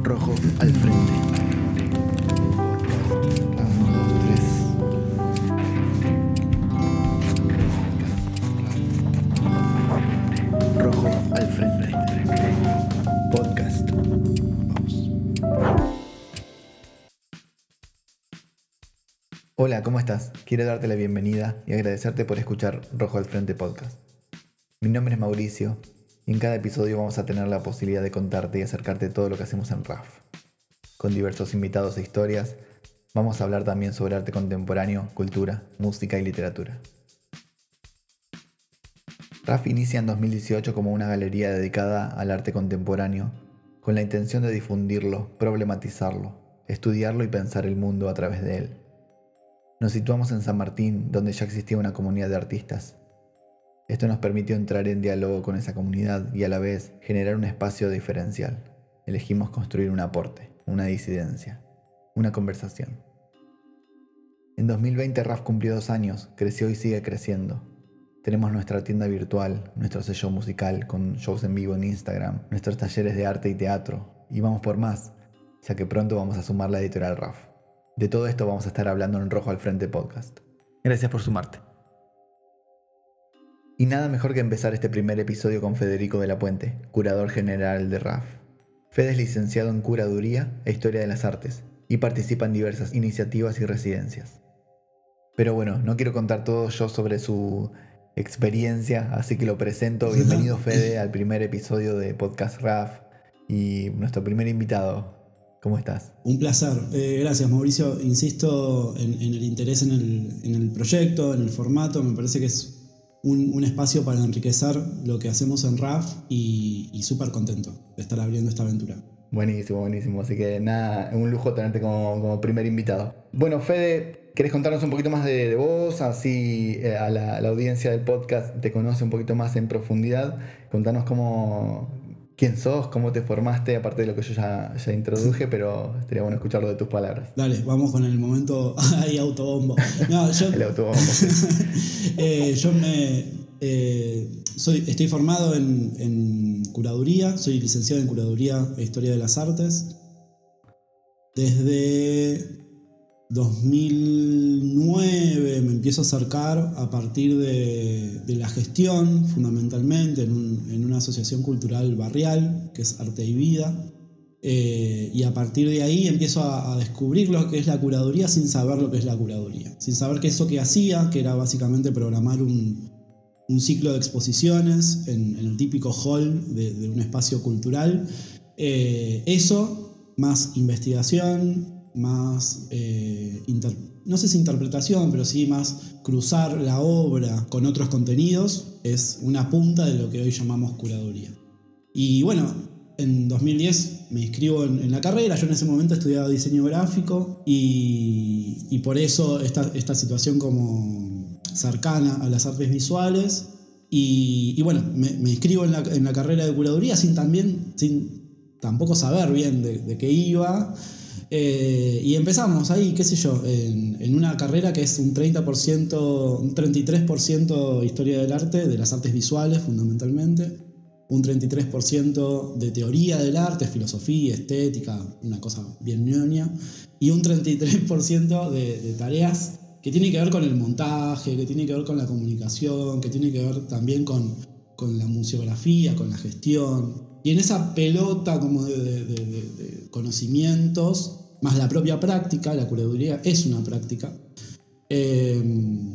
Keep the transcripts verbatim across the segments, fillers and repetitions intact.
Rojo al frente. Uno, dos, tres. Rojo al frente. Podcast. Vamos. Hola, ¿cómo estás? Quiero darte la bienvenida y agradecerte por escuchar Rojo al Frente Podcast. Mi nombre es Mauricio y en cada episodio vamos a tener la posibilidad de contarte y acercarte todo lo que hacemos en R A F. Con diversos invitados e historias, vamos a hablar también sobre arte contemporáneo, cultura, música y literatura. R A F inicia en dos mil dieciocho como una galería dedicada al arte contemporáneo, con la intención de difundirlo, problematizarlo, estudiarlo y pensar el mundo a través de él. Nos situamos en San Martín, donde ya existía una comunidad de artistas. Esto nos permitió entrar en diálogo con esa comunidad y a la vez generar un espacio diferencial. Elegimos construir un aporte, una disidencia, una conversación. En dos mil veinte R A F cumplió dos años, creció y sigue creciendo. Tenemos nuestra tienda virtual, nuestro sello musical con shows en vivo en Instagram, nuestros talleres de arte y teatro, y vamos por más, ya que pronto vamos a sumar la editorial R A F. De todo esto vamos a estar hablando en Rojo al Frente Podcast. Gracias por sumarte. Y nada mejor que empezar este primer episodio con Federico de la Puente, curador general de R A F. Fede es licenciado en Curaduría e Historia de las Artes y participa en diversas iniciativas y residencias. Pero bueno, no quiero contar todo yo sobre su experiencia, así que lo presento. Bienvenido, Fede, al primer episodio de Podcast R A F y nuestro primer invitado. ¿Cómo estás? Un placer. Eh, gracias, Mauricio. Insisto en, en el interés en el, en el proyecto, en el formato. Me parece que es un, un espacio para enriquecer lo que hacemos en R A F y, y súper contento de estar abriendo esta aventura. Buenísimo, buenísimo. Así que nada, un lujo tenerte como, como primer invitado. Bueno, Fede, ¿querés contarnos un poquito más de, de vos? Así eh, a, la, a la audiencia del podcast te conoce un poquito más en profundidad. Contanos cómo... ¿Quién sos? ¿Cómo te formaste? Aparte de lo que yo ya, ya introduje, pero estaría bueno escucharlo de tus palabras. Dale, vamos con el momento ahí autobombo. No, yo, el autobombo. eh, yo me, eh, soy, estoy formado en, en curaduría, soy licenciado en Curaduría e Historia de las Artes. Desde dos mil nueve me empiezo a acercar a partir de, de la gestión, fundamentalmente, en, un, en una asociación cultural barrial, que es Arte y Vida. Eh, y a partir de ahí empiezo a, a descubrir lo que es la curaduría sin saber lo que es la curaduría. Sin saber que eso que hacía, que era básicamente programar un, un ciclo de exposiciones en, en el típico hall de, de un espacio cultural. Eh, eso, más investigación, más, eh, inter- no sé si interpretación, pero sí más cruzar la obra con otros contenidos, es una punta de lo que hoy llamamos curaduría. Y bueno, en dos mil diez me inscribo en, en la carrera. Yo en ese momento estudiaba diseño gráfico y, y por eso esta, esta situación como cercana a las artes visuales. Y, y bueno, me, me inscribo en la, en la carrera de curaduría sin, también, sin tampoco saber bien de, de qué iba. Eh, y empezamos ahí, qué sé yo, en, en una carrera que es un treinta por ciento, un treinta y tres por ciento historia del arte, de las artes visuales fundamentalmente, un treinta y tres por ciento de teoría del arte, filosofía, estética, una cosa bien ñoña, y un treinta y tres por ciento de, de tareas que tienen que ver con el montaje, que tienen que ver con la comunicación, que tienen que ver también con, con la museografía, con la gestión. Y en esa pelota como de, de, de, de conocimientos, más la propia práctica, la curaduría es una práctica, eh,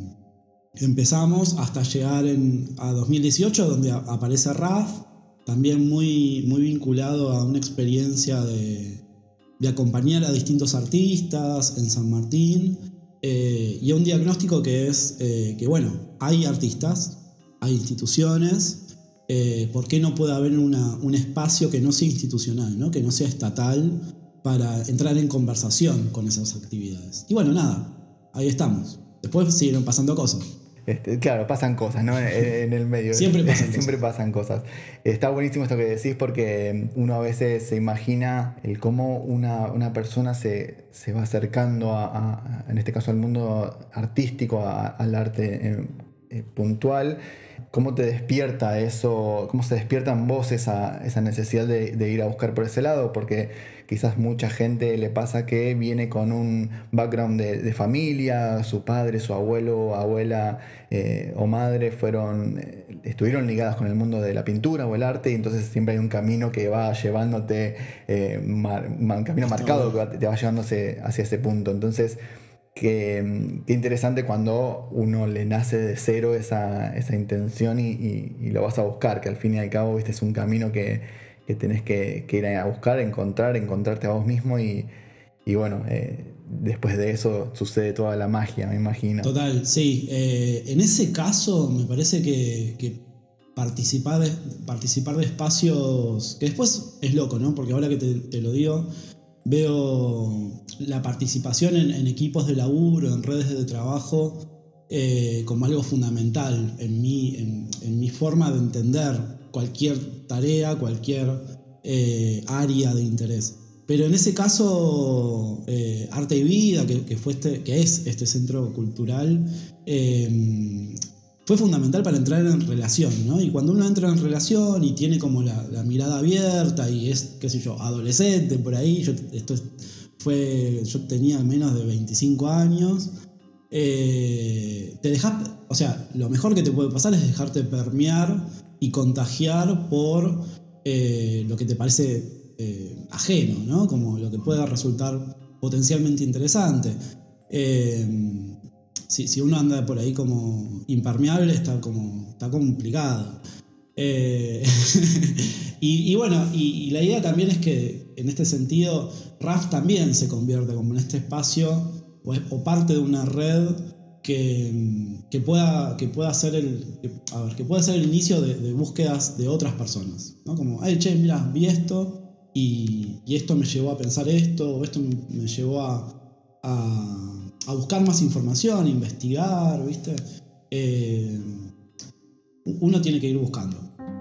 empezamos hasta llegar en, a dos mil dieciocho, donde a, aparece R A F, también muy, muy vinculado a una experiencia de, de acompañar a distintos artistas en San Martín, eh, y a un diagnóstico que es eh, que, bueno, hay artistas, hay instituciones. Eh, ¿Por qué no puede haber una, un espacio que no sea institucional, ¿no? Que no sea estatal, para entrar en conversación con esas actividades? Y bueno, nada, ahí estamos. Después siguieron pasando cosas. Este, claro, pasan cosas, ¿no? En, en el medio. Siempre pasan Siempre cosas. pasan cosas. Está buenísimo esto que decís porque uno a veces se imagina el cómo una, una persona se, se va acercando, a, a, en este caso al mundo artístico, a, al arte eh, eh, puntual, ¿Cómo te despierta eso? ¿Cómo se despierta en vos esa, esa necesidad de, de ir a buscar por ese lado? Porque quizás mucha gente le pasa que viene con un background de, de familia, su padre, su abuelo, abuela eh, o madre fueron, eh, estuvieron ligadas con el mundo de la pintura o el arte, y entonces siempre hay un camino que va llevándote, eh, mar, un camino marcado que va, te va llevándose hacia ese punto. Entonces, Qué, qué interesante cuando uno le nace de cero esa, esa intención y, y, y lo vas a buscar, que al fin y al cabo, viste, es un camino que, que tenés que, que ir a buscar, encontrar, encontrarte a vos mismo y, y bueno, eh, después de eso sucede toda la magia, me imagino. Total, sí. Eh, en ese caso me parece que, que participar, de, participar de espacios, que después es loco, ¿no? Porque ahora que te, te lo digo, veo la participación en, en equipos de laburo, en redes de trabajo, eh, como algo fundamental en mi, en, en mi forma de entender cualquier tarea, cualquier eh, área de interés. Pero en ese caso, eh, Arte y Vida, que, que, fue este, que es este centro cultural, eh, fue fundamental para entrar en relación, ¿no? Y cuando uno entra en relación y tiene como la, la mirada abierta y es, qué sé yo, adolescente por ahí, yo, esto fue, yo tenía menos de veinticinco años, eh, te dejas, o sea, lo mejor que te puede pasar es dejarte permear y contagiar por eh, lo que te parece eh, ajeno, ¿no? Como lo que pueda resultar potencialmente interesante. Eh, Si, si uno anda por ahí como impermeable, está como está complicado. Eh, y, y bueno, y, y la idea también es que en este sentido R A F también se convierte como en este espacio o, es, o parte de una red que, que, pueda, que, pueda ser el, que, a ver, que pueda ser el inicio de, de búsquedas de otras personas, ¿no? Como, hey, che, mira, vi esto y, y esto me llevó a pensar esto, o esto me llevó a... a a buscar más información, a investigar, ¿viste? Eh, uno tiene que ir buscando.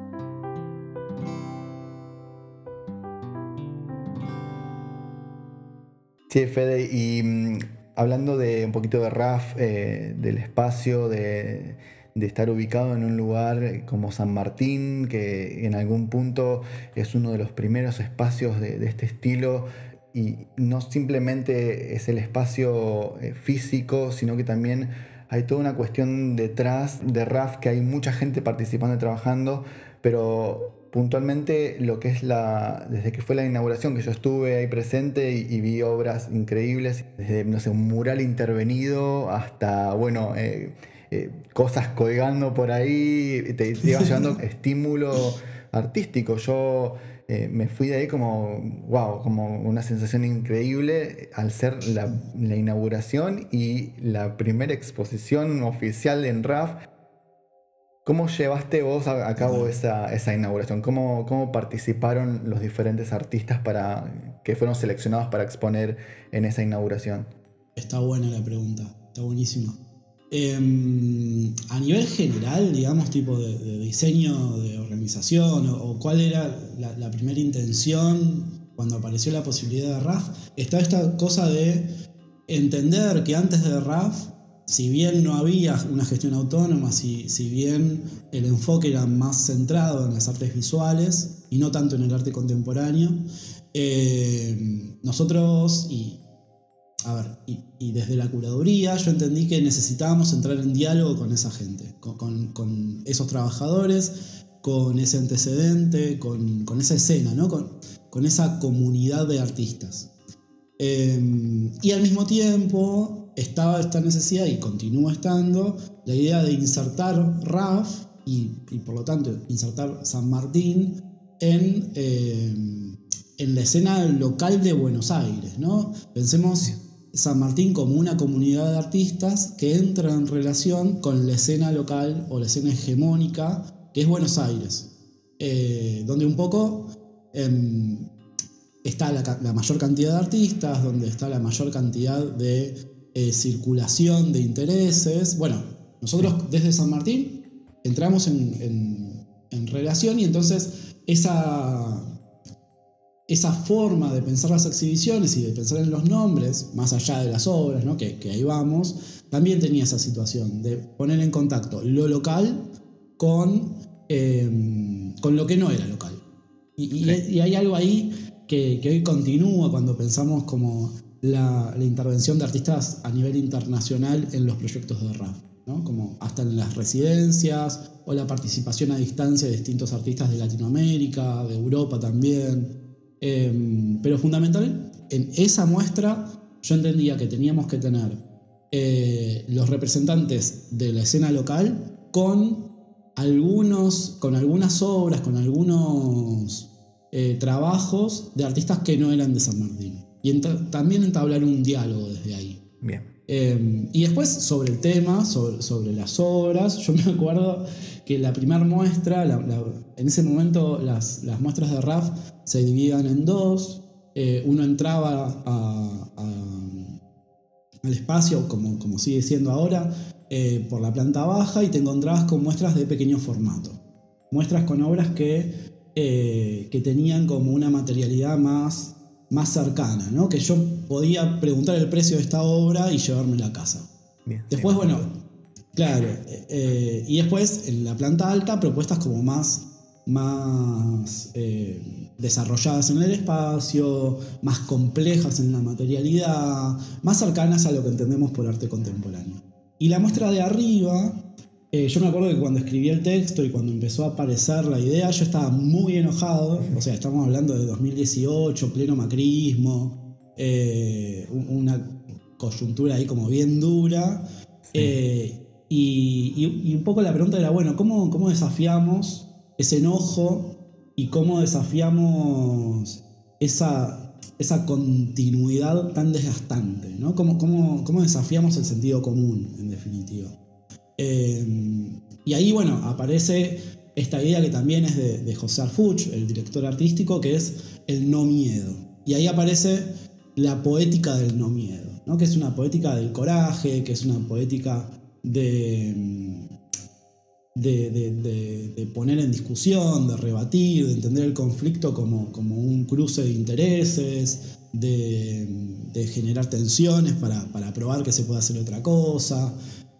Sí, Fede, y mmm, hablando de un poquito de R A F, eh, del espacio, de, de estar ubicado en un lugar como San Martín, que en algún punto es uno de los primeros espacios de, de este estilo, y no simplemente es el espacio físico, sino que también hay toda una cuestión detrás de R A F, que hay mucha gente participando y trabajando, pero puntualmente lo que es la, desde que fue la inauguración, que yo estuve ahí presente y, y vi obras increíbles, desde, no sé, un mural intervenido hasta, bueno, eh, eh, cosas colgando por ahí, te, te iba llevando estímulo artístico. Yo eh, me fui de ahí como, wow, como una sensación increíble al ser la, la inauguración y la primera exposición oficial en R A F. ¿Cómo llevaste vos a, a cabo esa, esa inauguración? ¿Cómo, ¿Cómo participaron los diferentes artistas para, que fueron seleccionados para exponer en esa inauguración? Está buena la pregunta, está buenísima. Eh, a nivel general, digamos, tipo de, de diseño de organización, o, o cuál era la, la primera intención cuando apareció la posibilidad de R A F, está esta cosa de entender que antes de R A F, si bien no había una gestión autónoma, si, si bien el enfoque era más centrado en las artes visuales y no tanto en el arte contemporáneo, eh, nosotros, y, a ver, y, y desde la curaduría, yo entendí que necesitábamos entrar en diálogo con esa gente, con, con, con esos trabajadores, con ese antecedente, con, con esa escena, ¿no? con, con esa comunidad de artistas. Eh, y al mismo tiempo estaba esta necesidad, y continúa estando, la idea de insertar R A F y, y por lo tanto insertar San Martín en, eh, en la escena local de Buenos Aires, ¿no? Pensemos San Martín como una comunidad de artistas que entra en relación con la escena local o la escena hegemónica que es Buenos Aires, eh, donde un poco... Eh, está la, la mayor cantidad de artistas, donde está la mayor cantidad de eh, circulación de intereses. Bueno, nosotros desde San Martín entramos en, en, en relación, y entonces esa, esa forma de pensar las exhibiciones y de pensar en los nombres, más allá de las obras, ¿no? que, que ahí vamos, también tenía esa situación de poner en contacto lo local con, eh, con lo que no era local. Y, y, sí. y hay algo ahí que, que hoy continúa cuando pensamos como la, la intervención de artistas a nivel internacional en los proyectos de R A F, ¿no? Como hasta en las residencias o la participación a distancia de distintos artistas de Latinoamérica, de Europa también. Eh, pero fundamental, en esa muestra yo entendía que teníamos que tener eh, los representantes de la escena local con algunos, con algunas obras, con algunos eh, trabajos de artistas que no eran de San Martín. Y ent- también entablar un diálogo desde ahí. Bien. Eh, y después sobre el tema, sobre, sobre las obras, yo me acuerdo que la primera muestra, la, la, en ese momento las, las muestras de R A F se dividían en dos. Eh, uno entraba a, a, al espacio, como, como sigue siendo ahora, eh, por la planta baja y te encontrabas con muestras de pequeño formato. Muestras con obras que, eh, que tenían como una materialidad más... más cercana, ¿no? Que yo podía preguntar el precio de esta obra y llevármela a casa. Bien, después, sí, bueno, claro, eh, y después en la planta alta propuestas como más, más eh, desarrolladas en el espacio, más complejas en la materialidad, más cercanas a lo que entendemos por arte contemporáneo. Y la muestra de arriba... Eh, yo me acuerdo que cuando escribí el texto y cuando empezó a aparecer la idea, yo estaba muy enojado. O sea, estamos hablando de dos mil dieciocho, pleno macrismo, eh, una coyuntura ahí como bien dura. Sí. Eh, y, y, y un poco la pregunta era, bueno, ¿cómo, cómo desafiamos ese enojo y cómo desafiamos esa, esa continuidad tan desgastante, ¿no? ¿Cómo, cómo, cómo desafiamos el sentido común, en definitiva? Eh, y ahí, bueno, aparece esta idea que también es de, de José Arfuch, el director artístico, que es el no miedo. Y ahí aparece la poética del no miedo, ¿no? Que es una poética del coraje, que es una poética de, de, de, de, de poner en discusión, de rebatir, de entender el conflicto como, como un cruce de intereses, de, de generar tensiones para, para probar que se puede hacer otra cosa.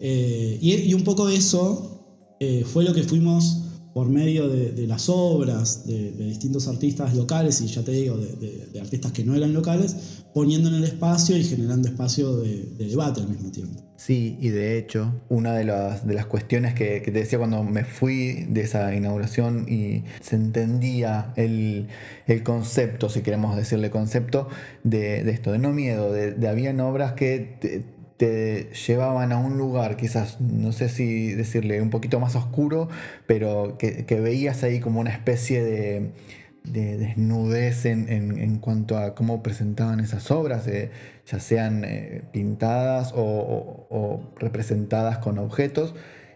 Eh, y, y un poco eso eh, fue lo que fuimos por medio de, de las obras de, de distintos artistas locales, y ya te digo, de, de, de artistas que no eran locales, poniendo en el espacio y generando espacio de, de debate al mismo tiempo. Sí, y de hecho, una de las, de las cuestiones que, que te decía cuando me fui de esa inauguración y se entendía el, el concepto, si queremos decirle concepto, de, de esto, de no miedo, de, de habían obras que... Te, te llevaban a un lugar, quizás, no sé si decirle un poquito más oscuro, pero que, que veías ahí como una especie de, de desnudez en, en, en cuanto a cómo presentaban esas obras, eh, ya sean eh, pintadas o, o, o representadas con objetos,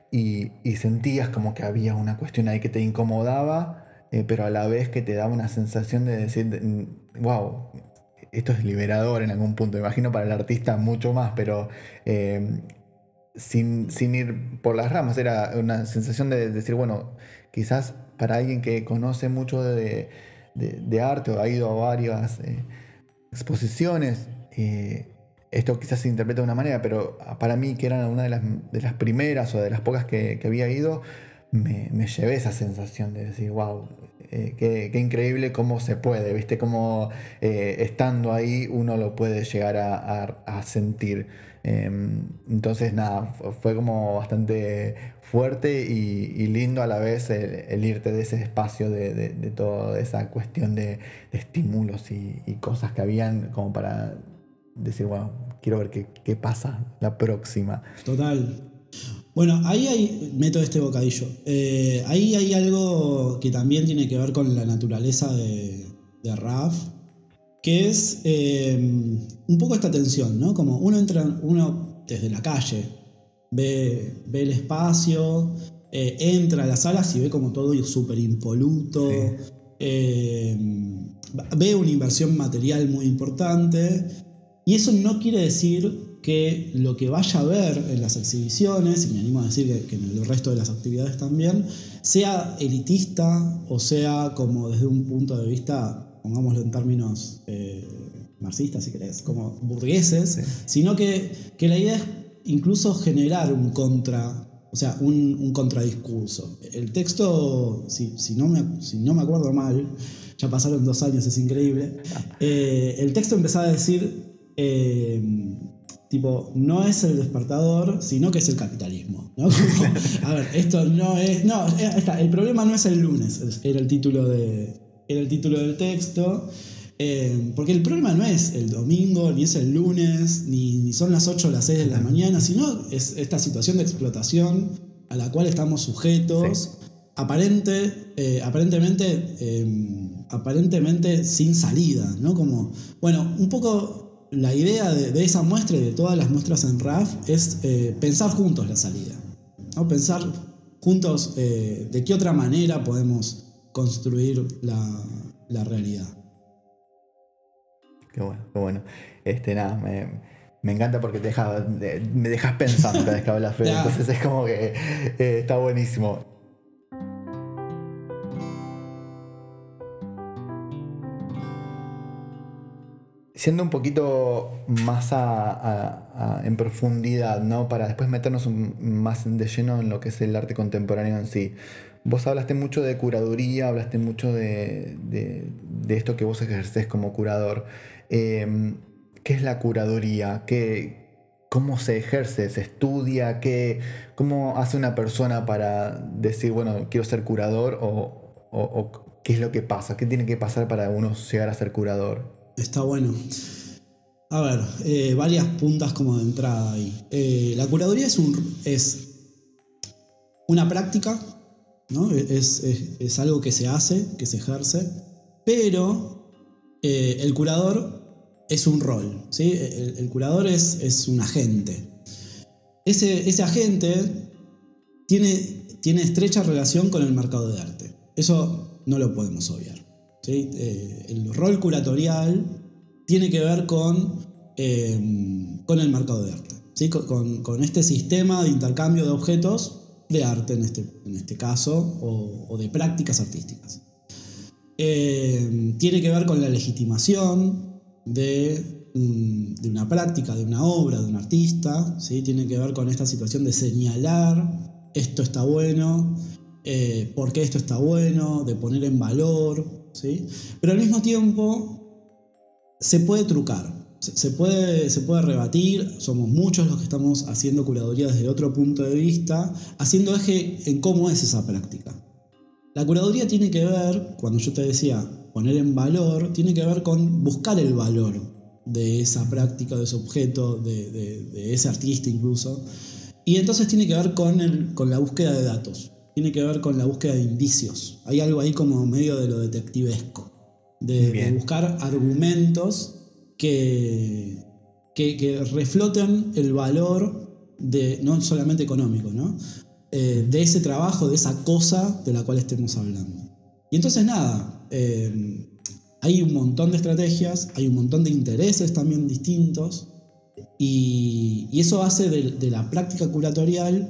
y, y sentías como que había una cuestión ahí que te incomodaba, eh, pero a la vez que te daba una sensación de decir, wow, esto es liberador en algún punto, imagino para el artista mucho más, pero eh, sin, sin ir por las ramas, era una sensación de decir, bueno, quizás para alguien que conoce mucho de, de, de arte o ha ido a varias eh, exposiciones, eh, esto quizás se interpreta de una manera, pero para mí, que era una de las, de las primeras o de las pocas que, que había ido, me, me llevé esa sensación de decir, wow, eh, qué, qué increíble cómo se puede, ¿viste? Cómo eh, estando ahí uno lo puede llegar a, a, a sentir. Eh, entonces, nada, fue como bastante fuerte y, y lindo a la vez el, el irte de ese espacio, de, de, de toda esa cuestión de, de estímulos y, y cosas que habían como para decir, bueno, quiero ver qué, qué pasa la próxima. Total. Bueno, ahí hay, meto este bocadillo, eh, ahí hay algo que también tiene que ver con la naturaleza de, de R A F, que es eh, un poco esta tensión, ¿no? Como uno entra, uno desde la calle, ve, ve el espacio, eh, entra a las salas y ve como todo súper impoluto, sí. eh, ve una inversión material muy importante, y eso no quiere decir que lo que vaya a ver en las exhibiciones, y me animo a decir que, que en el resto de las actividades también, sea elitista o sea como desde un punto de vista, pongámoslo en términos eh, marxistas si querés, como burgueses, sí. Sino que, que la idea es incluso generar un contra o sea, un, un contradiscurso. El texto, si, si, no me, si no me acuerdo mal, ya pasaron dos años, es increíble, eh, el texto empezaba a decir, eh, tipo, no es el despertador, sino que es el capitalismo, ¿no? Como, a ver, esto no es... No, está, el problema no es el lunes, era el título, de, era el título del texto. Eh, porque el problema no es el domingo, ni es el lunes, ni, ni son las ocho o las seis de la mañana, sino es esta situación de explotación a la cual estamos sujetos, sí. aparente, eh, aparentemente, eh, aparentemente sin salida, ¿no? Como, bueno, un poco la idea de, de esa muestra y de todas las muestras en R A F es eh, pensar juntos la salida, ¿no? Pensar juntos eh, de qué otra manera podemos construir la, la realidad. Qué bueno, qué bueno. Este, nada, me, me encanta porque te deja, me dejas pensando cada vez que hablas, Fede. Entonces es como que eh, está buenísimo. Siendo un poquito más a, a, a, en profundidad, ¿no? Para después meternos un, más de lleno en lo que es el arte contemporáneo en sí. Vos hablaste mucho de curaduría, hablaste mucho de, de, de esto que vos ejercés como curador. Eh, ¿Qué es la curaduría? ¿Qué, ¿Cómo se ejerce? ¿Se estudia? ¿Qué, ¿Cómo hace una persona para decir, bueno, quiero ser curador? ¿O, o, o qué es lo que pasa? ¿Qué tiene que pasar para uno llegar a ser curador? Está bueno. A ver, eh, varias puntas como de entrada ahí. Eh, la curaduría es, un, es una práctica, ¿no? Es, es, es algo que se hace, que se ejerce, pero eh, el curador es un rol, ¿sí? El, el curador es, es un agente. Ese, ese agente tiene, tiene estrecha relación con el mercado de arte. Eso no lo podemos obviar, ¿sí? Eh, el rol curatorial tiene que ver con, eh, con el mercado de arte, ¿sí? Con, con este sistema de intercambio de objetos de arte en este, en este caso, o, o de prácticas artísticas. Eh, tiene que ver con la legitimación de, um, de una práctica, de una obra, de un artista, ¿sí? Tiene que ver con esta situación de señalar esto está bueno, eh, por qué esto está bueno, de poner en valor, ¿sí? Pero al mismo tiempo se puede trucar. Se puede, se puede rebatir, somos muchos los que estamos haciendo curaduría desde otro punto de vista, haciendo eje en cómo es esa práctica. La curaduría tiene que ver, cuando yo te decía poner en valor, tiene que ver con buscar el valor de esa práctica, de ese objeto, de, de, de ese artista incluso, y entonces tiene que ver con, el, con la búsqueda de datos, tiene que ver con la búsqueda de indicios. Hay algo ahí como medio de lo detectivesco, de, de buscar argumentos Que, que, que refloten el valor de, no solamente económico, ¿no? Eh, de ese trabajo, de esa cosa de la cual estemos hablando. Y entonces nada, eh, hay un montón de estrategias, hay un montón de intereses también distintos, y, y eso hace de, de la práctica curatorial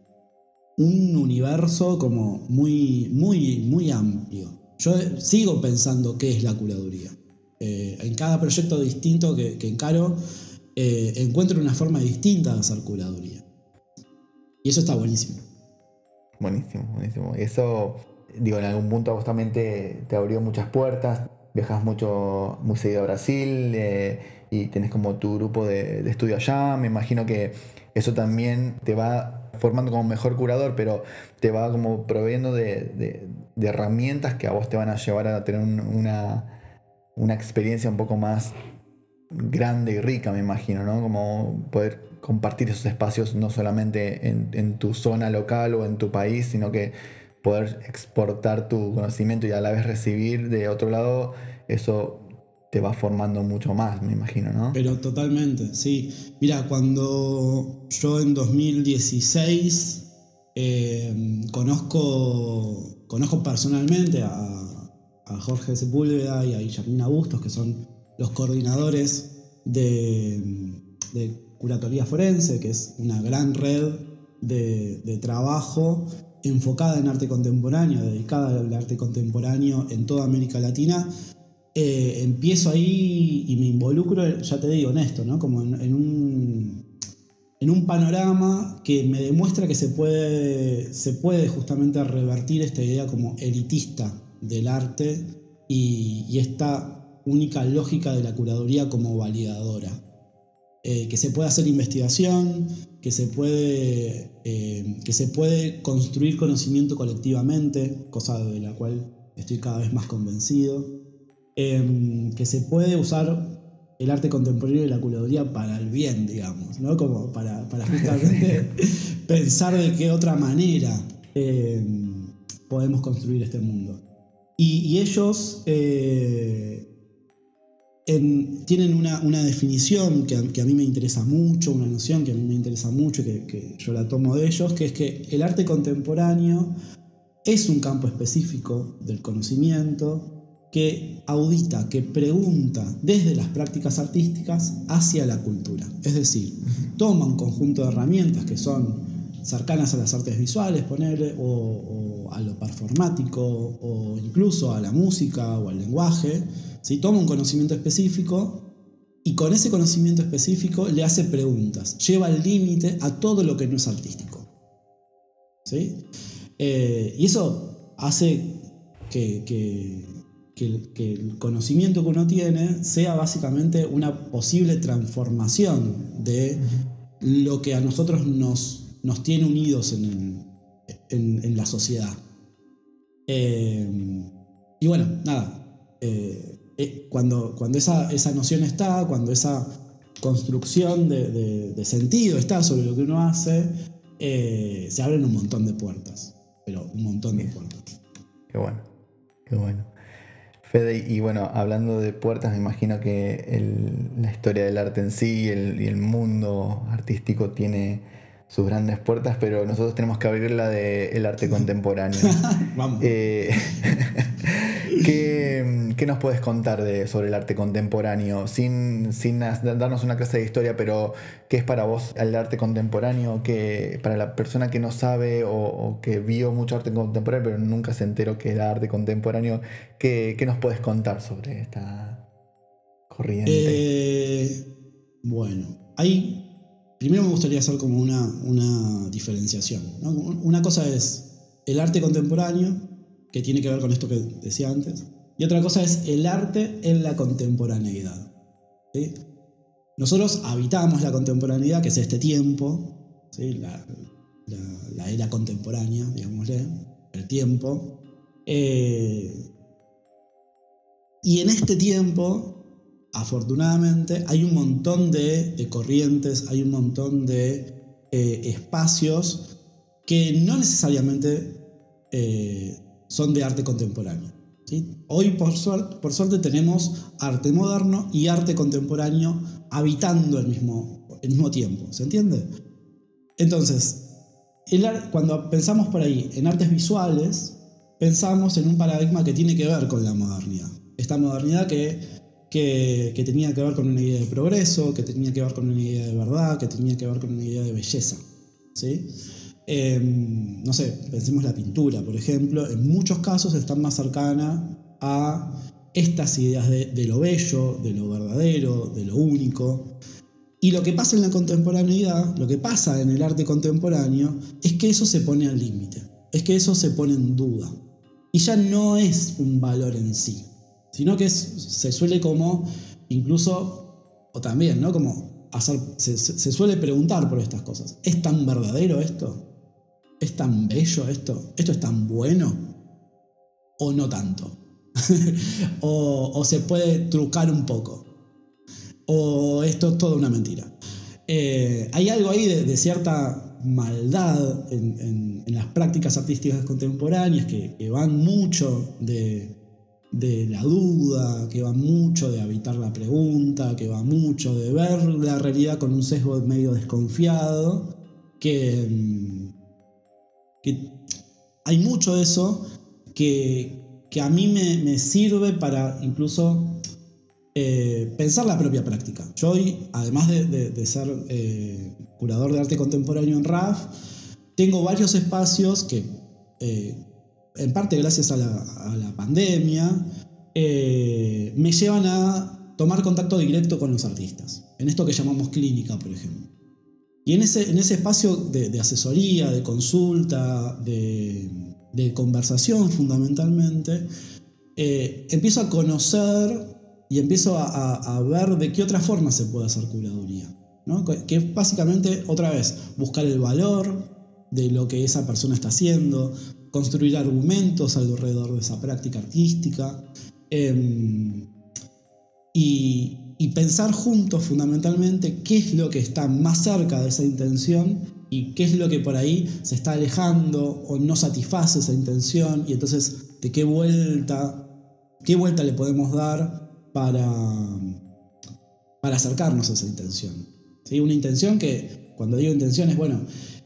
un universo como muy, muy, muy amplio. Yo sigo pensando qué es la curaduría. Eh, en cada proyecto distinto que, que encaro, eh, encuentro una forma distinta de hacer curaduría. Y eso está buenísimo. Buenísimo, buenísimo. Y eso, digo, en algún punto vos también te, te abrió muchas puertas. Viajás mucho, muy seguido a Brasil eh, y tenés como tu grupo de, de estudio allá. Me imagino que eso también te va formando como mejor curador, pero te va como proveyendo de, de, de herramientas que a vos te van a llevar a tener un, una... una experiencia un poco más grande y rica, me imagino, ¿no? Como poder compartir esos espacios no solamente en, en tu zona local o en tu país, sino que poder exportar tu conocimiento y a la vez recibir de otro lado, eso te va formando mucho más, me imagino, ¿no? Pero totalmente, sí. Mira, cuando yo en dos mil dieciséis eh, conozco, conozco personalmente a, a Jorge Sepúlveda y a Guillermina Bustos, que son los coordinadores de, de Curatoría Forense, que es una gran red de, de trabajo enfocada en arte contemporáneo, dedicada al arte contemporáneo en toda América Latina. Eh, empiezo ahí y me involucro, ya te digo, en esto, ¿no? Como en, en, un, en un panorama que me demuestra que se puede, se puede justamente revertir esta idea como elitista del arte y, y esta única lógica de la curaduría como validadora. Eh, que se puede hacer investigación, que se puede, eh, que se puede construir conocimiento colectivamente, cosa de la cual estoy cada vez más convencido, eh, que se puede usar el arte contemporáneo y la curaduría para el bien, digamos, ¿no? Como para, para justamente pensar de qué otra manera eh, podemos construir este mundo. Y, y ellos... Eh, En, tienen una, una definición que a, que a mí me interesa mucho, una noción que a mí me interesa mucho, que, que yo la tomo de ellos, que es que el arte contemporáneo es un campo específico del conocimiento que audita, que pregunta desde las prácticas artísticas hacia la cultura. Es decir, toma un conjunto de herramientas que son cercanas a las artes visuales, ponerle, o, o a lo performático, o incluso a la música o al lenguaje, ¿sí? Toma un conocimiento específico y con ese conocimiento específico le hace preguntas, lleva al límite a todo lo que no es artístico, ¿sí? Eh, y eso hace que, que, que, el, que el conocimiento que uno tiene sea básicamente una posible transformación de lo que a nosotros nos nos tiene unidos en, el, en, en la sociedad. Eh, y bueno, nada, eh, eh, cuando, cuando esa, esa noción está, cuando esa construcción de, de, de sentido está sobre lo que uno hace, eh, se abren un montón de puertas, pero un montón de puertas. Qué bueno, qué bueno. Fede, y bueno, hablando de puertas, me imagino que el, la historia del arte en sí el, y el mundo artístico tiene sus grandes puertas, pero nosotros tenemos que abrir la del arte contemporáneo. Vamos. Eh, ¿qué, ¿Qué nos puedes contar de, sobre el arte contemporáneo? Sin, sin darnos una clase de historia, pero ¿qué es para vos el arte contemporáneo? ¿Qué, para la persona que no sabe o, o que vio mucho arte contemporáneo, pero nunca se enteró que era arte contemporáneo, ¿qué, qué nos puedes contar sobre esta corriente? Eh, bueno, hay... Primero me gustaría hacer como una, una diferenciación, ¿no? Una cosa es el arte contemporáneo, que tiene que ver con esto que decía antes, y otra cosa es el arte en la contemporaneidad, ¿sí? Nosotros habitamos la contemporaneidad, que es este tiempo, ¿sí? la, la, la era contemporánea, digámosle, el tiempo, eh, y en este tiempo... Afortunadamente hay un montón de, de corrientes, hay un montón de eh, espacios que no necesariamente eh, son de arte contemporáneo, ¿sí? Hoy por suerte, por suerte tenemos arte moderno y arte contemporáneo habitando el mismo, el mismo tiempo, ¿se entiende? Entonces, el, cuando pensamos por ahí en artes visuales, pensamos en un paradigma que tiene que ver con la modernidad. Esta modernidad que... Que, que tenía que ver con una idea de progreso, que tenía que ver con una idea de verdad, que tenía que ver con una idea de belleza, ¿sí? Eh, no sé, pensemos la pintura, por ejemplo, en muchos casos está más cercana a estas ideas de, de lo bello, de lo verdadero, de lo único. Y lo que pasa en la contemporaneidad, lo que pasa en el arte contemporáneo, es que eso se pone al límite, es que eso se pone en duda. Y ya no es un valor en sí, sino que es, se suele como, incluso, o también, ¿no? Como hacer, se, se suele preguntar por estas cosas. ¿Es tan verdadero esto? ¿Es tan bello esto? ¿Esto es tan bueno? ¿O no tanto? o, o se puede trucar un poco. ¿O esto es toda una mentira? Eh, hay algo ahí de, de cierta maldad en, en, en las prácticas artísticas contemporáneas que, que van mucho de... de la duda, que va mucho de habitar la pregunta, que va mucho de ver la realidad con un sesgo medio desconfiado, que, que hay mucho de eso que, que a mí me, me sirve para incluso eh, pensar la propia práctica. Yo hoy, además de, de, de ser eh, curador de arte contemporáneo en R A F, tengo varios espacios que... Eh, en parte gracias a la, a la pandemia, eh, me llevan a tomar contacto directo con los artistas, en esto que llamamos clínica, por ejemplo. Y en ese, en ese espacio de, de asesoría, de consulta, de, de conversación fundamentalmente, eh, empiezo a conocer y empiezo a, a, a ver de qué otra forma se puede hacer curaduría, ¿no? Que es básicamente, otra vez, buscar el valor de lo que esa persona está haciendo, construir argumentos alrededor de esa práctica artística, eh, y, y pensar juntos fundamentalmente qué es lo que está más cerca de esa intención y qué es lo que por ahí se está alejando o no satisface esa intención, y entonces de qué vuelta, qué vuelta le podemos dar para, para acercarnos a esa intención. ¿Sí? Una intención que, cuando digo intención, es bueno,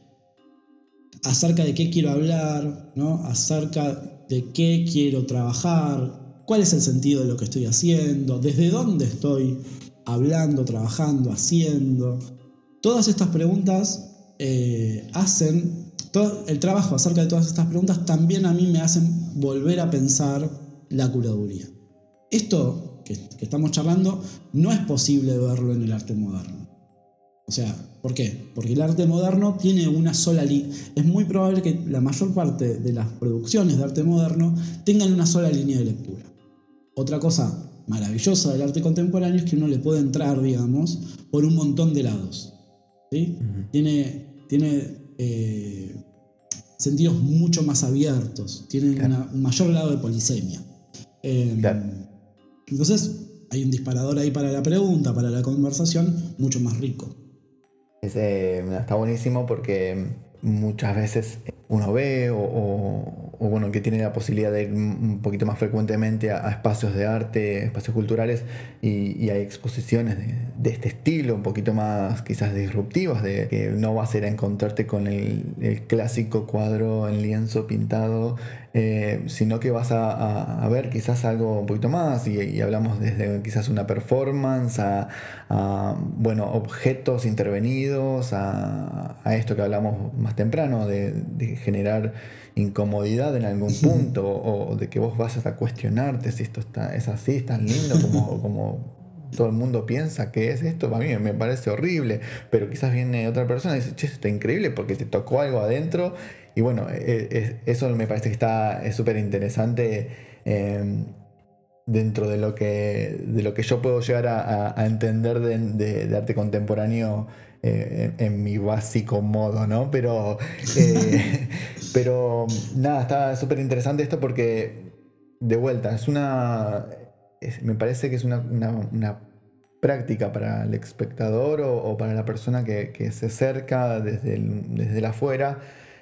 acerca de qué quiero hablar, ¿no? Acerca de qué quiero trabajar, cuál es el sentido de lo que estoy haciendo, desde dónde estoy hablando, trabajando, haciendo. Todas estas preguntas eh, hacen, todo el trabajo acerca de todas estas preguntas también a mí me hacen volver a pensar la curaduría. Esto que, que estamos charlando no es posible verlo en el arte moderno. O sea, ¿por qué? Porque el arte moderno tiene una sola línea. Es muy probable que la mayor parte de las producciones de arte moderno tengan una sola línea de lectura. Otra cosa maravillosa del arte contemporáneo es que uno le puede entrar, digamos, por un montón de lados. ¿Sí? Uh-huh. Tiene, tiene eh, sentidos mucho más abiertos, tiene claro. una, un mayor grado de polisemia. Eh, claro. Entonces, hay un disparador ahí para la pregunta, para la conversación, mucho más rico. Es, eh, está buenísimo porque muchas veces uno ve o, o, o bueno, que tiene la posibilidad de ir un poquito más frecuentemente a, a espacios de arte, espacios culturales, y, y hay exposiciones de, de este estilo, un poquito más quizás disruptivas, de que no vas a ir a encontrarte con el, el clásico cuadro en lienzo pintado, eh, sino que vas a, a, a ver quizás algo un poquito más, y, y hablamos desde quizás una performance a, a bueno, objetos intervenidos, a, a esto que hablamos más temprano de, de generar incomodidad en algún punto, o, o de que vos vayas a cuestionarte si esto está, es así, es tan lindo como, como todo el mundo piensa que es esto. A mí me parece horrible, pero quizás viene otra persona y dice, che, está increíble porque te tocó algo adentro. Y bueno, es, es, eso me parece que está súper interesante eh, dentro de lo que de lo que yo puedo llegar a, a, a entender de, de, de arte contemporáneo eh, en, en mi básico modo, ¿no? Pero, eh, pero nada, está súper interesante esto porque, de vuelta, es una... Es, me parece que es una, una, una práctica para el espectador o, o para la persona que, que se acerca desde, el, desde el afuera,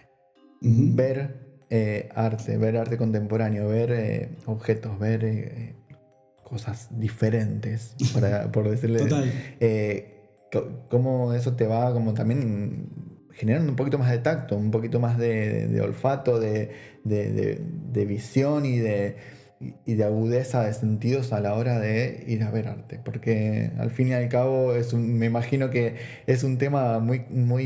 uh-huh. ver eh, arte, ver arte contemporáneo, ver eh, objetos, ver eh, cosas diferentes, para, por decirle. Total. Eh, cómo eso te va como también generando un poquito más de tacto, un poquito más de, de, de olfato, de, de, de, de visión y de, y de agudeza de sentidos a la hora de ir a ver arte, porque al fin y al cabo es un, me imagino que es un tema muy,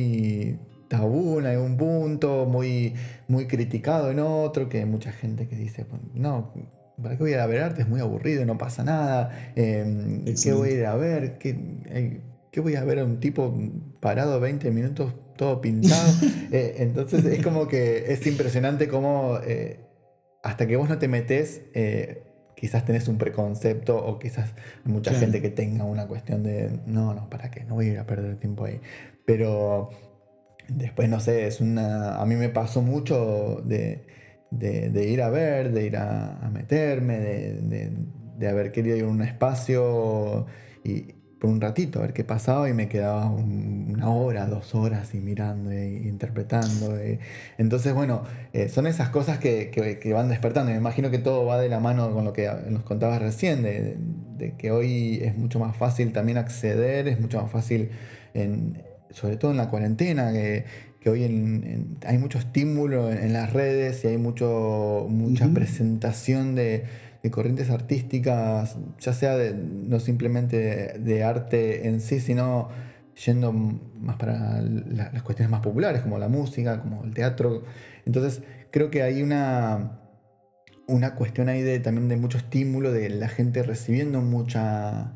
muy tabú en algún punto, muy, muy criticado en otro, que hay mucha gente que dice, no, ¿para qué voy a ir a ver arte? Es muy aburrido, no pasa nada. Eh, ¿Qué voy a ir a ver? ¿Qué, eh, ¿Qué voy a ver a un tipo parado veinte minutos todo pintado? eh, entonces es como que es impresionante cómo eh, hasta que vos no te metés, eh, quizás tenés un preconcepto, o quizás hay mucha claro. gente que tenga una cuestión de no, no, ¿para qué? No voy a ir a perder tiempo ahí. Pero después, no sé, es una... A mí me pasó mucho de... De, de ir a ver, de ir a, a meterme, de, de, de haber querido ir a un espacio y por un ratito a ver qué pasaba, y me quedaba un, una hora, dos horas y mirando e interpretando. Y, entonces, bueno, eh, son esas cosas que, que, que van despertando. Me imagino que todo va de la mano con lo que nos contabas recién, de, de que hoy es mucho más fácil también acceder, es mucho más fácil, en, sobre todo en la cuarentena, que que hoy en, en, hay mucho estímulo en, en las redes, y hay mucho mucha uh-huh. presentación de, de corrientes artísticas, ya sea de, no simplemente de, de arte en sí, sino yendo más para la, las cuestiones más populares, como la música, como el teatro. Entonces creo que hay una, una cuestión ahí de, también de mucho estímulo, de la gente recibiendo mucha...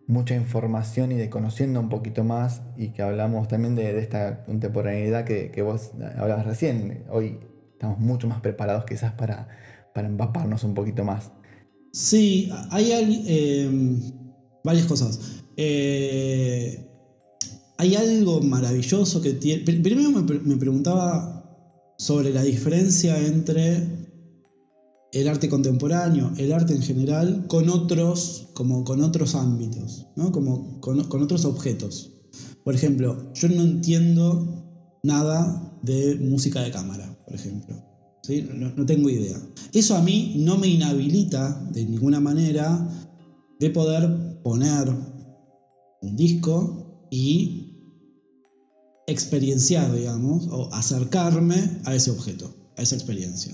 mucha información y de conociendo un poquito más, y que hablamos también de, de esta contemporaneidad que, que vos hablabas recién. Hoy estamos mucho más preparados quizás para, para empaparnos un poquito más. Sí, hay eh, varias cosas. Eh, hay algo maravilloso que tiene... Primero me, me preguntaba sobre la diferencia entre el arte contemporáneo, el arte en general, con otros, como con otros ámbitos, ¿no? Como con, con otros objetos. Por ejemplo, yo no entiendo nada de música de cámara, por ejemplo. ¿Sí? No, no tengo idea. Eso a mí no me inhabilita de ninguna manera de poder poner un disco y experienciar, digamos, o acercarme a ese objeto, a esa experiencia.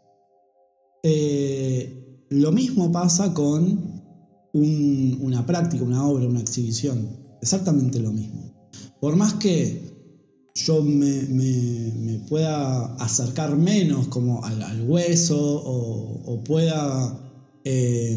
Eh, lo mismo pasa con un, una práctica, una obra, una exhibición. Exactamente lo mismo. Por más que yo me, me, me pueda acercar menos como al, al hueso o, o pueda eh,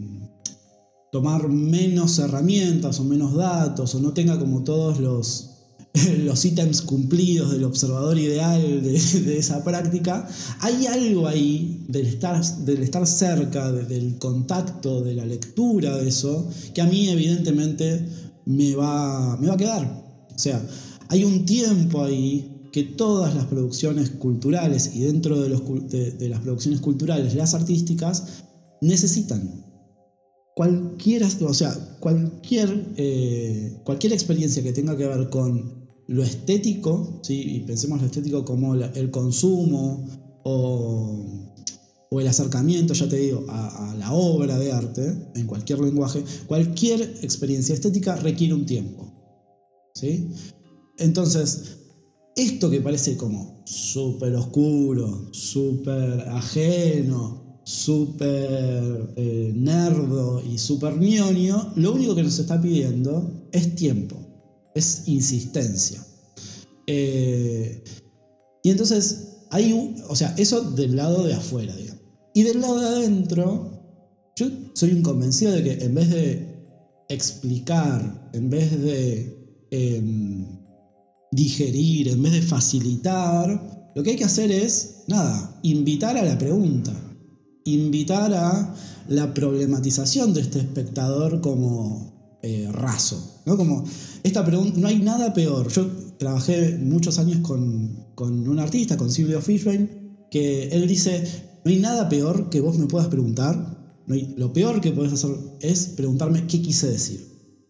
tomar menos herramientas o menos datos o no tenga como todos los, los ítems cumplidos del observador ideal de, de esa práctica, hay algo ahí del estar, del estar cerca, de, del contacto, de la lectura de eso, que a mí evidentemente me va, me va a quedar. O sea, hay un tiempo ahí que todas las producciones culturales y dentro de, los, de, de las producciones culturales, las artísticas, necesitan. Cualquier, o sea, cualquier, eh, cualquier experiencia que tenga que ver con lo estético, ¿sí? Y pensemos lo estético como la, el consumo o, o el acercamiento, ya te digo, a, a la obra de arte, en cualquier lenguaje, cualquier experiencia estética requiere un tiempo, ¿sí? Entonces, esto que parece como súper oscuro, súper ajeno, súper eh, nerdo y súper ñoño, lo único que nos está pidiendo es tiempo, es insistencia. Eh, y entonces hay un, o sea, eso del lado de afuera, digamos. Y del lado de adentro, yo soy un convencido de que en vez de explicar, en vez de eh, digerir, en vez de facilitar, lo que hay que hacer es, nada, invitar a la pregunta, invitar a la problematización de este espectador como eh, raso, ¿no? Como esta pregunta, no hay nada peor. Yo trabajé muchos años con, con un artista, con Silvio Fishbein, que él dice, no hay nada peor que vos me puedas preguntar, no hay, lo peor que podés hacer es preguntarme qué quise decir.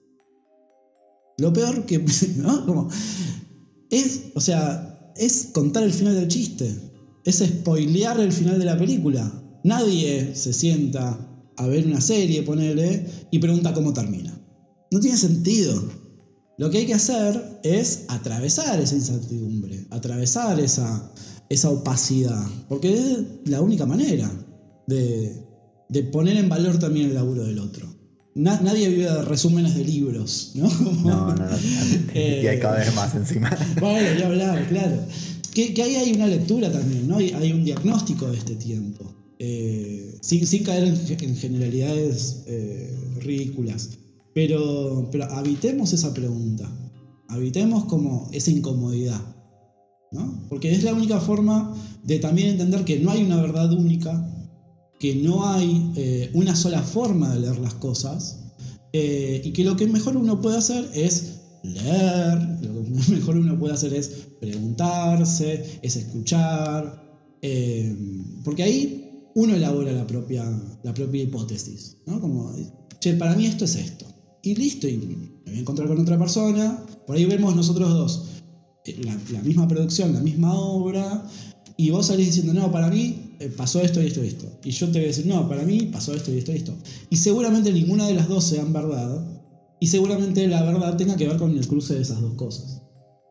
Lo peor que, ¿no? Como, es, o sea, es contar el final del chiste, es spoilear el final de la película. Nadie se sienta a ver una serie, ponele, y pregunta cómo termina. No tiene sentido. Lo que hay que hacer es atravesar esa incertidumbre, atravesar esa, esa opacidad, porque es la única manera de, de poner en valor también el laburo del otro. Na, nadie vive de resúmenes de libros, ¿no? No, no, no, totalmente. Eh, y hay cada vez más encima. Bueno, ya hablar, claro. Que, que ahí hay una lectura también, ¿no? Hay, hay un diagnóstico de este tiempo. Eh, sin, sin caer en, en generalidades eh, ridículas. Pero, pero habitemos esa pregunta. Habitemos como esa incomodidad, ¿no? Porque es la única forma de también entender que no hay una verdad única, que no hay eh, una sola forma de leer las cosas, eh, y que lo que mejor uno puede hacer es leer, lo que mejor uno puede hacer es preguntarse, es escuchar, eh, porque ahí uno elabora la propia, la propia hipótesis, ¿no? Como, che, para mí esto es esto, y listo, y me voy a encontrar con otra persona, por ahí vemos nosotros dos la, la misma producción, la misma obra, y vos salís diciendo, no, para mí eh, pasó esto y esto y esto. Y yo te voy a decir, no, para mí pasó esto y esto y esto. Y seguramente ninguna de las dos sean verdad. Y seguramente la verdad tenga que ver con el cruce de esas dos cosas.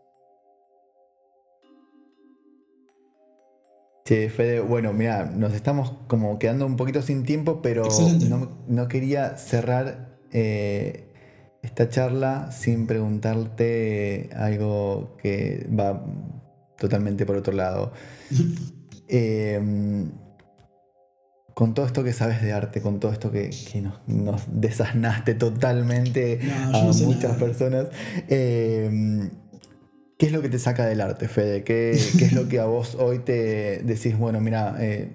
Sí, Fede, bueno, mira, nos estamos como quedando un poquito sin tiempo, pero no, no quería cerrar eh, esta charla sin preguntarte algo que va totalmente por otro lado. Eh, con todo esto que sabes de arte, con todo esto que, que nos, nos desasnaste totalmente No, yo a no sé muchas nada. personas, eh, ¿qué es lo que te saca del arte, Fede? ¿Qué, qué es lo que a vos hoy te decís, bueno, mira, eh,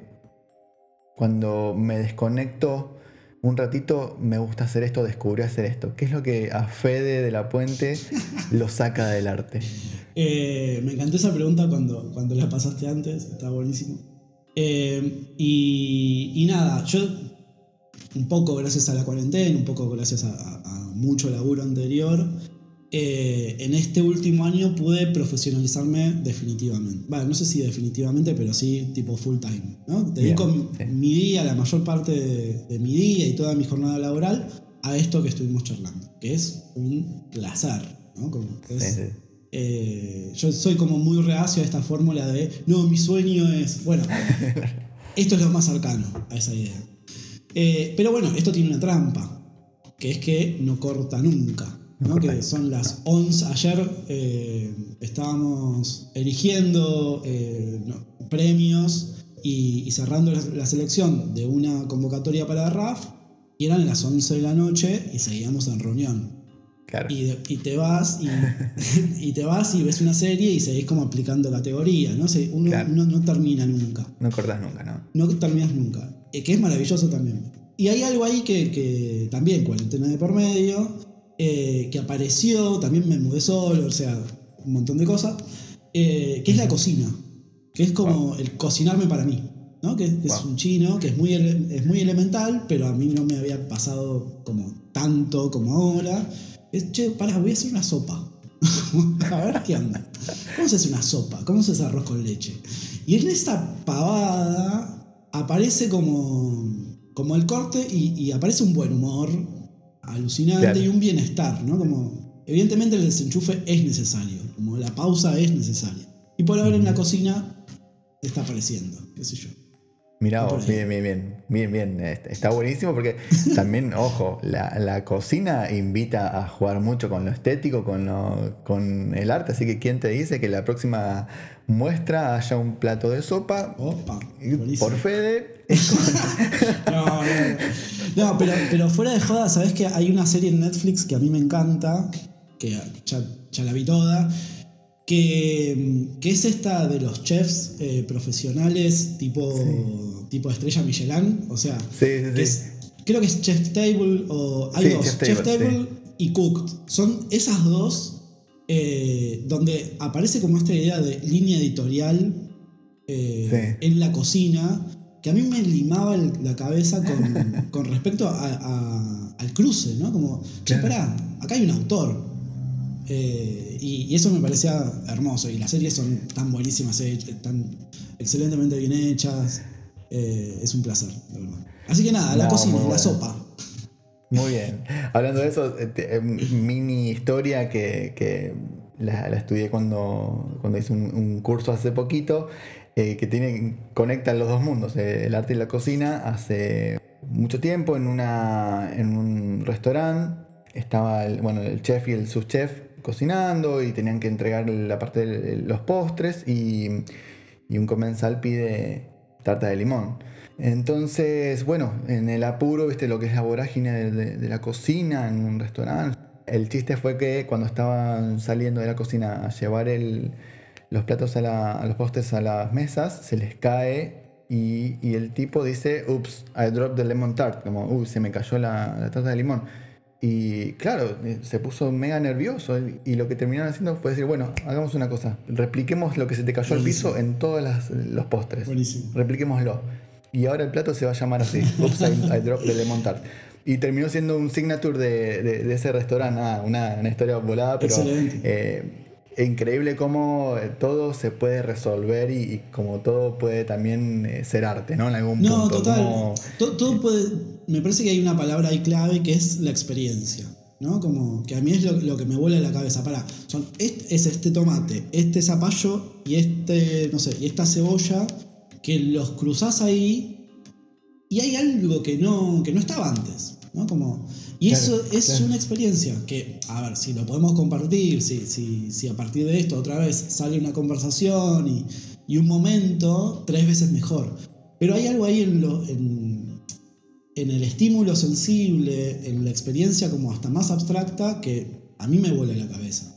cuando me desconecto un ratito, me gusta hacer esto, descubrí hacer esto? ¿Qué es lo que a Fede de la Puente lo saca del arte? Eh, me encantó esa pregunta cuando, cuando la pasaste antes, está buenísimo. Eh, y, y nada, yo un poco gracias a la cuarentena, un poco gracias a, a- a mucho laburo anterior, eh, en este último año pude profesionalizarme definitivamente. Bueno, no sé si definitivamente, pero sí tipo full time, ¿no? Dedico Bien, sí. mi día, la mayor parte de, de mi día y toda mi jornada laboral a esto que estuvimos charlando, que es un placer, ¿no? Como que Sí, es, sí. eh, yo soy como muy reacio a esta fórmula de, no, mi sueño es, bueno, esto es lo más cercano a esa idea. Eh, pero bueno, esto tiene una trampa, que es que no corta nunca, No ¿no? corta Que nunca. son las once. Ayer eh, estábamos eligiendo eh, no, premios y, y cerrando la, la selección de una convocatoria para R A F, y eran las once de la noche y seguíamos en reunión. Claro. Y, de, y te vas y, y te vas y ves una serie y seguís como aplicando categorías, ¿no? Se, uno, Claro. uno no termina nunca. No cortas nunca, ¿no? No terminas nunca. Eh, que es maravilloso también. Y hay algo ahí que, que también, cuarentena de por medio, eh, que apareció, también me mudé solo, o sea, un montón de cosas, eh, que es la cocina, que es como Wow. el cocinarme para mí, ¿no? Que, que es Wow. un chino, que es muy, ele- es muy elemental, pero a mí no me había pasado como tanto como ahora. Es, che, pará, voy a hacer una sopa. A ver qué onda. ¿Cómo se hace una sopa? ¿Cómo se hace arroz con leche? Y en esta pavada aparece como, como el corte y, y aparece un buen humor alucinante Claro. y un bienestar, ¿no? Como, evidentemente el desenchufe es necesario, como la pausa es necesaria. Y por ahora en la cocina está apareciendo, qué sé yo. Mirá Va por vos, ahí. bien, bien, bien, bien, bien. Est- Está buenísimo porque también, ojo, la, la cocina invita a jugar mucho con lo estético, con, lo, con el arte, así que ¿quién te dice que la próxima muestra haya un plato de sopa? Opa, Y buenísimo. por Fede, es con- No, no, no. No, pero, pero fuera de joda, ¿sabés que hay una serie en Netflix que a mí me encanta? Que ya, ya la vi toda. Que, que es esta de los chefs eh, profesionales Sí, tipo, tipo estrella Michelin. O sea, sí, sí, que sí. es. Creo que es Chef Table o. Hay Sí, Chef dos, Chef Table, sí. Table y Cooked. Son esas dos eh, donde aparece como esta idea de línea editorial Sí, eh, en la cocina, que a mí me limaba el- la cabeza con, con respecto a- a- al cruce, ¿no? Como, che, claro. pará, acá hay un autor. Eh, y, y eso me parecía hermoso. Y las series son tan buenísimas, eh, tan excelentemente bien hechas. Eh, es un placer, la verdad. Así que nada, la No, cocina muy y la bueno. sopa. Muy bien. Hablando de eso, eh, te- eh, mini historia que, que la, la estudié cuando, cuando hice un, un curso hace poquito, eh, que tiene, conecta los dos mundos, eh, el arte y la cocina. Hace mucho tiempo en, una, en un restaurante estaba el, bueno, el chef y el subchef cocinando y tenían que entregar la parte de los postres y, y un comensal pide tarta de limón. Entonces, bueno, en el apuro, viste lo que es la vorágine de, de- de la cocina en un restaurante. El chiste fue que cuando estaban saliendo de la cocina a llevar el- los platos a, la- a los postres a las mesas, se les cae y, y el tipo dice, ups, I dropped the lemon tart, como, uy, se me cayó la, la tarta de limón. Y claro, eh, se puso mega nervioso y, y lo que terminaron haciendo fue decir, bueno, hagamos una cosa, repliquemos lo que se te cayó al Buenísimo. piso en todos las- los postres. Buenísimo. Repliquémoslo. Y ahora el plato se va a llamar así, Oops, I, I dropped the lemon tart. Y terminó siendo un signature de, de- de ese restaurante, nada, una, una historia volada, pero Excelente. eh, increíble cómo eh, todo se puede resolver y, y como todo puede también eh, ser arte, ¿no? En algún No, punto. total. Como, Todo, todo puede. Me parece que hay una palabra ahí clave que es la experiencia. ¿No? Como que a mí es lo, lo que me vuela la cabeza. Para, son, es, es este tomate, este zapallo y este, no sé, y esta cebolla que los cruzás ahí y hay algo que no, que no estaba antes. ¿No? Como, y claro, eso es claro. una experiencia que, a ver, si lo podemos compartir, si, si, si a partir de esto otra vez sale una conversación y, y un momento, tres veces mejor. Pero hay algo ahí en, lo, en, en el estímulo sensible, en la experiencia como hasta más abstracta, que a mí me vuela la cabeza.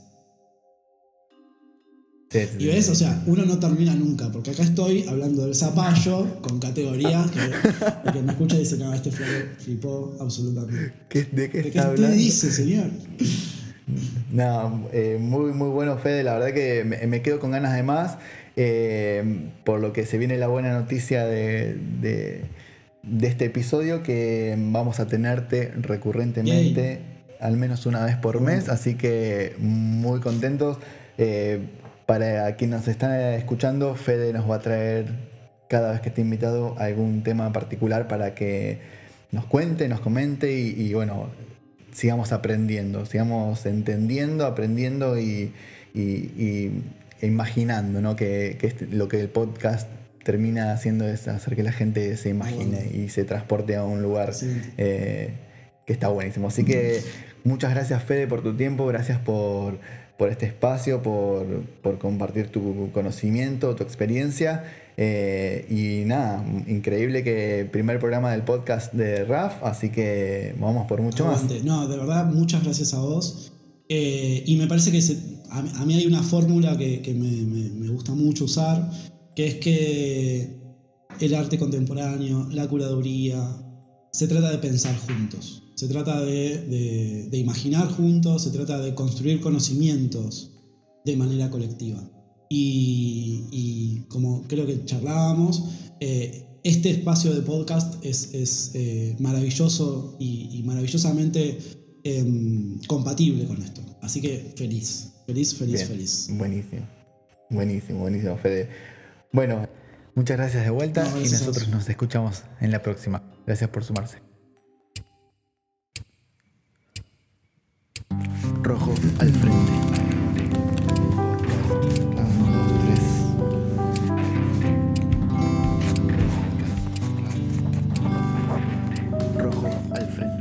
Sí, sí, y ves, sí. o sea, uno no termina nunca, porque acá estoy hablando del zapallo con categorías que el que me escucha dice, no, este flipó absolutamente. ¿Qué, ¿De qué ¿De está qué hablando? te dice, señor? No, eh, muy, muy bueno, Fede. La verdad que me, me quedo con ganas de más. Eh, por lo que se viene la buena noticia de, de, de este episodio, que vamos a tenerte recurrentemente, Yay. al menos una vez por Bueno. mes. Así que muy contentos. Eh, para quien nos está escuchando, Fede nos va a traer cada vez que esté invitado algún tema particular para que nos cuente, nos comente y, y bueno, sigamos aprendiendo, sigamos entendiendo, aprendiendo y, y, y e imaginando, ¿no? Que, que este, lo que el podcast termina haciendo es hacer que la gente se imagine Bueno. y se transporte a un lugar Sí. eh, que está buenísimo. Así que muchas gracias, Fede, por tu tiempo, gracias por, por este espacio, por, por compartir tu conocimiento, tu experiencia. Eh, y nada, increíble que primer programa del podcast de Raf, así que vamos por mucho Aguante. más. No, de verdad, muchas gracias a vos. Eh, y me parece que se, a, a mí hay una fórmula que, que me, me, me gusta mucho usar, que es que el arte contemporáneo, la curaduría, se trata de pensar juntos, se trata de, de, de imaginar juntos, se trata de construir conocimientos de manera colectiva. Y, y como creo que charlábamos, eh, este espacio de podcast es, es eh, maravilloso y, y maravillosamente eh, compatible con esto. Así que feliz, feliz, feliz, Bien, feliz. buenísimo, buenísimo, buenísimo, Fede. Bueno, muchas gracias de vuelta No, y gracias a nosotros vos. nos escuchamos en la próxima. Gracias por sumarse. Rojo al frente. Rojo al frente.